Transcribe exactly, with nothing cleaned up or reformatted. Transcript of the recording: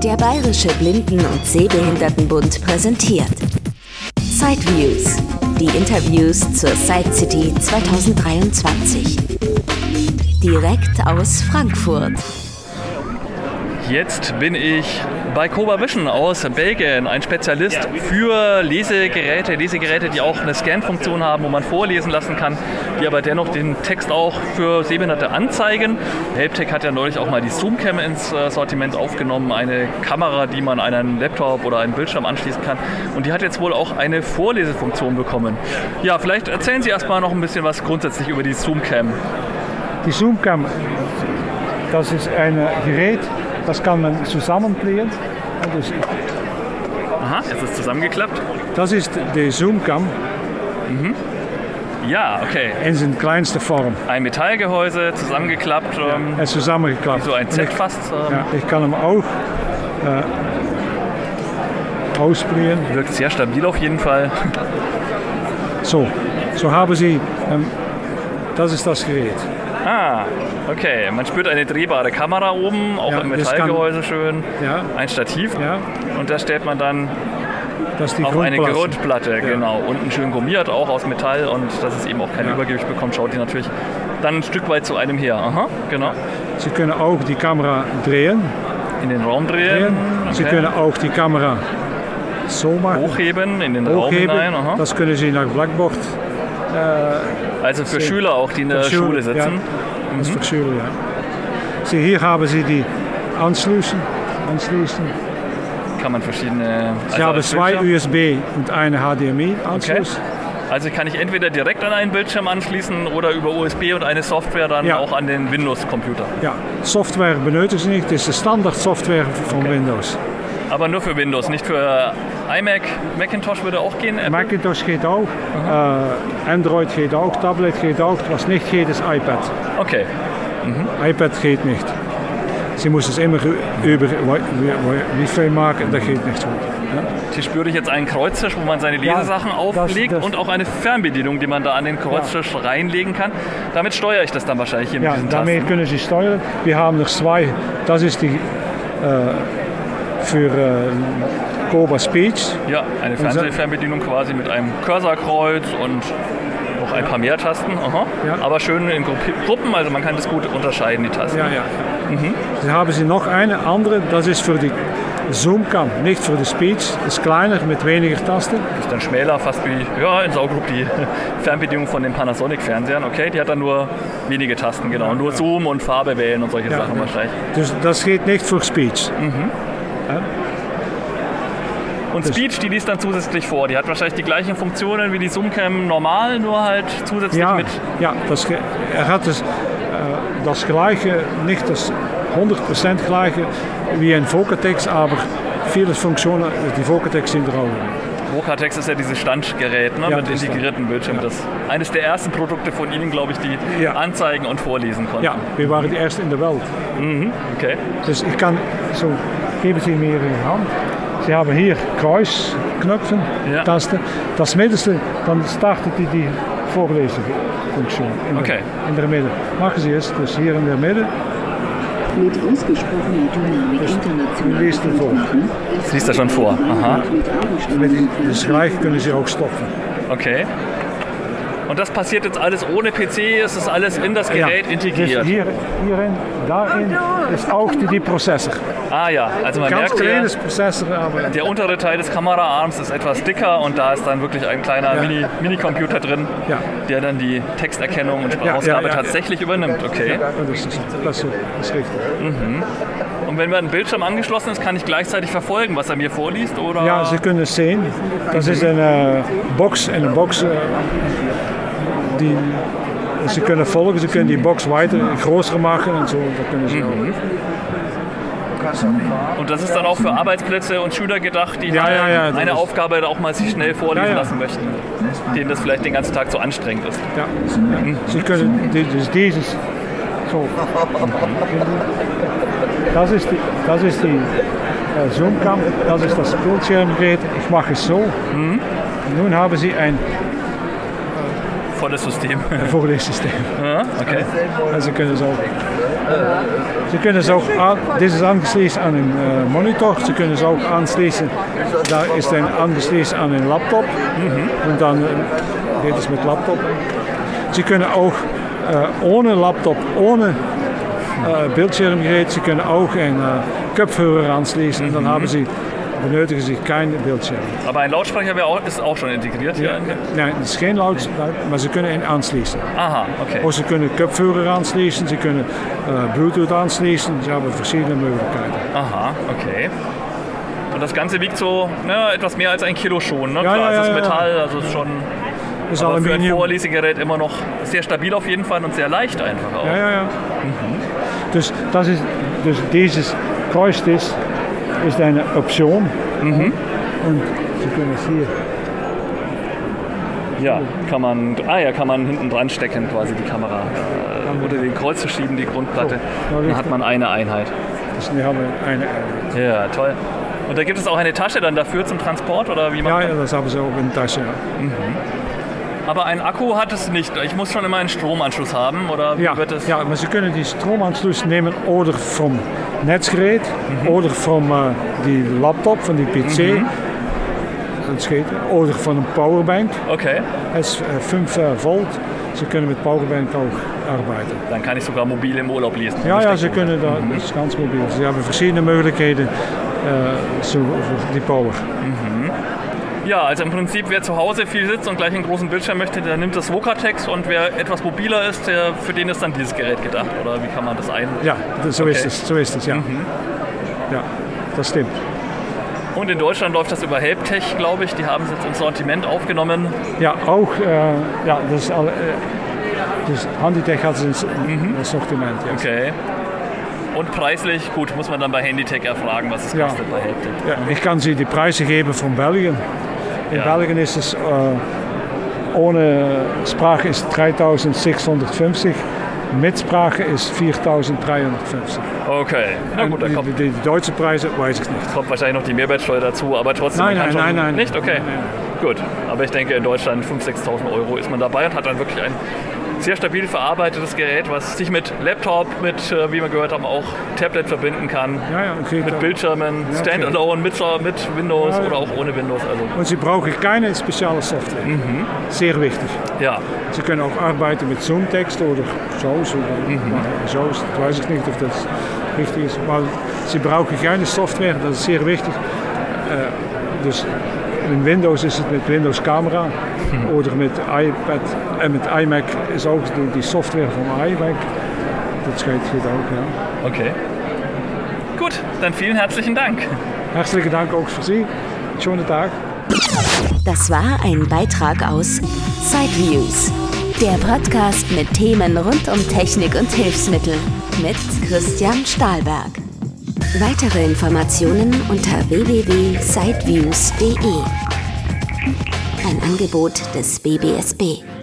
Der Bayerische Blinden- und Sehbehindertenbund präsentiert Sideviews, die Interviews zur Side City zwanzig dreiundzwanzig. Direkt aus Frankfurt. Jetzt bin ich bei Cobra Vision aus Belgien, ein Spezialist für Lesegeräte, Lesegeräte, die auch eine Scan-Funktion haben, wo man vorlesen lassen kann, die aber dennoch den Text auch für Sehbehinderte anzeigen. Helptec hat ja neulich auch mal die Zoomcam ins Sortiment aufgenommen, eine Kamera, die man an einen Laptop oder einen Bildschirm anschließen kann. Und die hat jetzt wohl auch eine Vorlesefunktion bekommen. Ja, vielleicht erzählen Sie erstmal noch ein bisschen was grundsätzlich über die Zoomcam. Die Zoomcam, das ist ein Gerät, das kann man zusammenkleben. Aha, jetzt ist es zusammengeklappt. Das ist die Zoomcam. Mhm. Ja, okay. In seiner kleinsten Form. Ein Metallgehäuse, zusammengeklappt. Ähm, ja, zusammengeklappt. Wie so ein Z ich, fast. Ähm, ja, ich kann ihn auch äh, ausbrechen. Wirkt sehr stabil auf jeden Fall. So, so haben Sie, ähm, das ist das Gerät. Ah, okay. Man spürt eine drehbare Kamera oben, auch ja, im Metallgehäuse schön. Ja. Ein Stativ. Ja. Und da stellt man dann das die auf eine Grundplatte, ja. Genau. Unten schön gummiert, auch aus Metall, und dass es eben auch kein ja. Übergewicht bekommt, schaut die natürlich dann ein Stück weit zu einem her. Aha, genau. Sie können auch die Kamera drehen. In den Raum drehen. drehen. Okay. Sie können auch die Kamera so machen. Hochheben, in den Hochheben. Raum hinein. Aha. Das können Sie nach Blackboard. Äh, also für sehen. Schüler auch, die in der für Schule sitzen. Ja. Mhm. Das ist für Schüler, ja. Sie, hier haben Sie die Anschlüsse. Anschließen. Kann man verschiedene... Sie also haben zwei U S B und eine H D M I-Anschluss. Okay. Also kann ich entweder direkt an einen Bildschirm anschließen oder über U S B und eine Software dann ja. auch an den Windows-Computer. Ja, Software benötigen Sie nicht. Das ist die Standard-Software von okay. Windows. Aber nur für Windows, nicht für iMac. Macintosh würde auch gehen? Apple? Macintosh geht auch, äh, Android geht auch, Tablet geht auch, was nicht geht ist iPad. Okay. Mhm. iPad geht nicht. Sie muss es immer über Wi-Fi machen, das geht nicht so. Ja? Hier spüre ich jetzt einen Kreuztisch, wo man seine Lesesachen ja, auflegt, das, das und auch eine Fernbedienung, die man da an den Kreuztisch ja. reinlegen kann. Damit steuere ich das dann wahrscheinlich hier ja, mit diesen damit Tasten. Können Sie steuern. Wir haben noch zwei, das ist die... Äh, für äh, Cobra Speech. Ja, eine Fernsehfernbedienung quasi mit einem Cursorkreuz und noch ein paar mehr Tasten. Aha. Ja. Aber schön in Gruppen, also man kann das gut unterscheiden, die Tasten. Ja, ja. Mhm. Dann haben Sie noch eine andere, das ist für die Zoomcam, nicht für die Speech. Ist kleiner mit weniger Tasten. Ist dann schmäler, fast wie ja, in Saugruppe die Fernbedienung von den Panasonic-Fernsehern. Okay, die hat dann nur wenige Tasten, genau. Nur Zoom und Farbe wählen und solche ja, Sachen ja. wahrscheinlich. Das, das geht nicht für Speech. Mhm. Ja. Und Speech, die liest dann zusätzlich vor. Die hat wahrscheinlich die gleichen Funktionen wie die Zoomcam normal, nur halt zusätzlich ja, mit... Ja, das, er hat das, äh, das gleiche, nicht das hundert Prozent gleiche wie ein Vocatex, aber viele Funktionen, die Vocatex sind drauf. Vocatex ist ja dieses Standgerät, ne, ja, mit integrierten Bildschirm. Ja. Das ist eines der ersten Produkte von Ihnen, glaube ich, die ja. anzeigen und vorlesen konnten. Ja, wir waren die ersten in der Welt. Mhm, okay. Dus ich kann, so, geben Sie mir in die Hand. Sie haben hier Kreuzknöpfe, ja. Tasten. Das middenste, dann startet die die Vorlesefunktion in, okay. der, in der Mitte. Machen Sie es, dus hier in der Mitte. Mit ausgesprochener Dynamik international. Liest er vor. Das liest er schon vor. Aha. Mit das gleich können Sie auch stoppen. Okay. Und das passiert jetzt alles ohne P C, es ist alles in das Gerät ja, integriert? Hier, hierin, darin ist auch die, die Prozessor. Ah ja, also man Ganz merkt ja, Prozessor, aber der untere Teil des Kameraarms ist etwas dicker und da ist dann wirklich ein kleiner ja. Mini, Mini-Computer drin, ja. der dann die Texterkennung und Sprachausgabe ja, ja, ja, tatsächlich ja. übernimmt. Okay. Ja, das, ist, das ist richtig. Mhm. Und wenn ein Bildschirm angeschlossen ist, kann ich gleichzeitig verfolgen, was er mir vorliest? Oder? Ja, Sie können es sehen. Das ist eine Box, eine Box. Die, Sie können folgen, Sie können die Box weiter größer machen und so. Da können Sie mhm. Und das ist dann auch für Arbeitsplätze und Schüler gedacht, die ja, eine, ja, ja, eine Aufgabe auch mal sich schnell vorlesen ja, ja. lassen möchten, denen das vielleicht den ganzen Tag so anstrengend ist. Ja. Mhm. Sie können dieses, dieses so. Das ist die, das ist die äh, Zoomcam, das ist das Bildschirmgerät. Ich mache es so. Mhm. Nun haben Sie ein volles System. Ein volles System. Ja, okay. Also Sie können es auch, Sie können es auch, das ist angeschlossen an einen äh, Monitor, Sie können es auch anschließen, da ist ein angeschlossen an einen Laptop mhm. und dann äh, geht es mit Laptop. Sie können auch äh, ohne Laptop, ohne äh, Bildschirmgerät, Sie können auch einen äh, Kopfhörer anschließen und dann mhm. haben Sie benötigen Sie kein Bildschirm. Aber ein Lautsprecher wäre auch, ist auch schon integriert? Ja, nein, es ist kein Lautsprecher, aber Sie können ihn anschließen. Aha, okay. Oder Sie können Kopfhörer anschließen, Sie können äh, Bluetooth anschließen, Sie haben verschiedene Möglichkeiten. Aha, okay. Und das Ganze wiegt so na, etwas mehr als ein Kilo schon, ne? Ja, Klar, ja, ja, es ist ja. Metall, also ist schon das ist aber für ein Aluminium. Vorlesegerät immer noch sehr stabil auf jeden Fall und sehr leicht einfach auch. Ja, ja, ja. Mhm. Dus, das ist, dus dieses Kreuzdisk ist eine Option. Mhm. Und Sie können es hier. Ja, kann man, ah ja, kann man hinten dran stecken, quasi die Kamera. Äh, oder den Kreuz zu schieben, die Grundplatte. So, dann hat man eine Einheit. Das, wir haben eine Einheit. Ja, toll. Und da gibt es auch eine Tasche dann dafür zum Transport? Oder wie macht ja, man? ja, das haben Sie auch in der Tasche. Ja. Mhm. Aber ein Akku hat es nicht. Ich muss schon immer einen Stromanschluss haben, oder wie ja, wird es? Ja, aber Sie können die Stromanschluss nehmen oder vom Netzgerät mhm. oder vom uh, die Laptop, von die P C. Mhm. Das geht. Oder von een Powerbank. Okay. Das ist fünf Volt. Sie können mit Powerbank auch arbeiten. Dann kann ich sogar mobil im Urlaub lesen. Ja, ja, Sie können da, mhm. das ist ganz mobil. Sie haben verschiedene Möglichkeiten uh, so, für die Power. Mhm. Ja, also im Prinzip, wer zu Hause viel sitzt und gleich einen großen Bildschirm möchte, der nimmt das Vocatex, und wer etwas mobiler ist, der, für den ist dann dieses Gerät gedacht, oder wie kann man das ein? Ja, das, so, okay. ist es, so ist es, ja. Mhm. Ja, das stimmt. Und in Deutschland läuft das über Helptech, glaube ich, die haben es jetzt ins Sortiment aufgenommen. Ja, auch, äh, ja, das, äh, das Handytech hat es ins mhm. Sortiment, ja. Okay. Und preislich, gut, muss man dann bei Handytech erfragen, was es ja. kostet bei Helptech. Ja, ich kann Sie die Preise geben von Belgien. In ja. Belgien ist es äh, ohne Sprache ist dreitausendsechshundertfünfzig, mit Sprache ist viertausenddreihundertfünfzig. Okay, na gut, dann kommt... Die, die, die deutsche Preise weiß ich nicht. Kommt wahrscheinlich noch die Mehrwertsteuer dazu, aber trotzdem... Nein, man nein, kann schon nein, nein. Nicht? Okay, nein, nein. Gut. Aber ich denke, in Deutschland fünftausend, sechstausend Euro ist man dabei und hat dann wirklich ein sehr stabil verarbeitetes Gerät, was sich mit Laptop, mit, wie wir gehört haben, auch Tablet verbinden kann. Ja, ja, okay, mit klar. Bildschirmen, ja, Standalone, mit, mit Windows ja, ja. oder auch ohne Windows. Also. Und Sie brauchen keine spezielle Software. Mhm. Sehr wichtig. Ja. Sie können auch arbeiten mit Zoom-Text oder Soos. Oder mhm. Soos, das weiß ich nicht, ob das richtig ist. Aber Sie brauchen keine Software, das ist sehr wichtig. Äh, dus in Windows ist es mit Windows Camera mhm. oder mit iPad, äh, mit iMac ist auch die, die Software vom iMac. Das geht hier auch, ja. Okay. Gut, dann vielen herzlichen Dank. Herzlichen Dank auch für Sie. Schönen Tag. Das war ein Beitrag aus Sideviews, der Podcast mit Themen rund um Technik und Hilfsmittel mit Christian Stahlberg. Weitere Informationen unter w w w punkt sideviews punkt d e. Ein Angebot des B B S B.